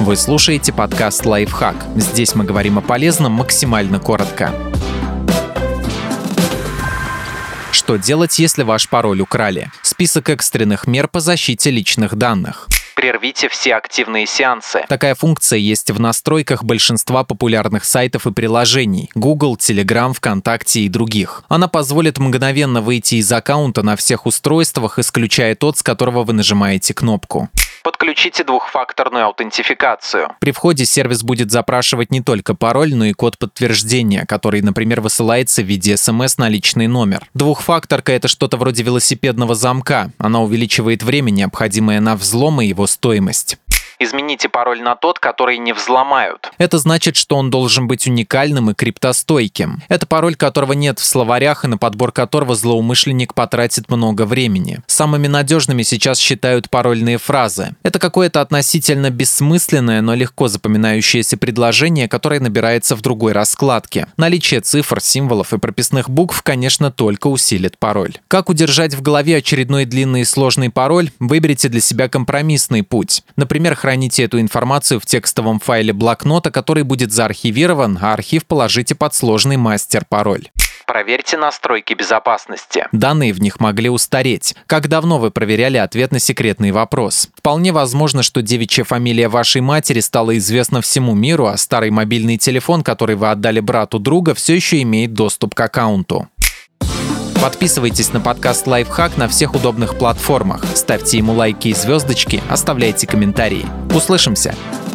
Вы слушаете подкаст «Лайфхак». Здесь мы говорим о полезном максимально коротко. Что делать, если ваш пароль украли? Список экстренных мер по защите личных данных. Прервите все активные сеансы. Такая функция есть в настройках большинства популярных сайтов и приложений – Google, Telegram, ВКонтакте и других. Она позволит мгновенно выйти из аккаунта на всех устройствах, исключая тот, с которого вы нажимаете кнопку. Подключите двухфакторную аутентификацию. При входе сервис будет запрашивать не только пароль, но и код подтверждения, который, например, высылается в виде СМС на личный номер. Двухфакторка – это что-то вроде велосипедного замка. Она увеличивает время, необходимое на взлом, и его стоимость. Измените пароль на тот, который не взломают. Это значит, что он должен быть уникальным и криптостойким. Это пароль, которого нет в словарях и на подбор которого злоумышленник потратит много времени. Самыми надежными сейчас считают парольные фразы. Это какое-то относительно бессмысленное, но легко запоминающееся предложение, которое набирается в другой раскладке. Наличие цифр, символов и прописных букв, конечно, только усилит пароль. Как удержать в голове очередной длинный и сложный пароль? Выберите для себя компромиссный путь. Например, храните эту информацию в текстовом файле блокнота, который будет заархивирован, а архив положите под сложный мастер-пароль. Проверьте настройки безопасности. Данные в них могли устареть. Как давно вы проверяли ответ на секретный вопрос? Вполне возможно, что девичья фамилия вашей матери стала известна всему миру, а старый мобильный телефон, который вы отдали брату друга, все еще имеет доступ к аккаунту. Подписывайтесь на подкаст «Лайфхак» на всех удобных платформах. Ставьте ему лайки и звездочки, оставляйте комментарии. Услышимся!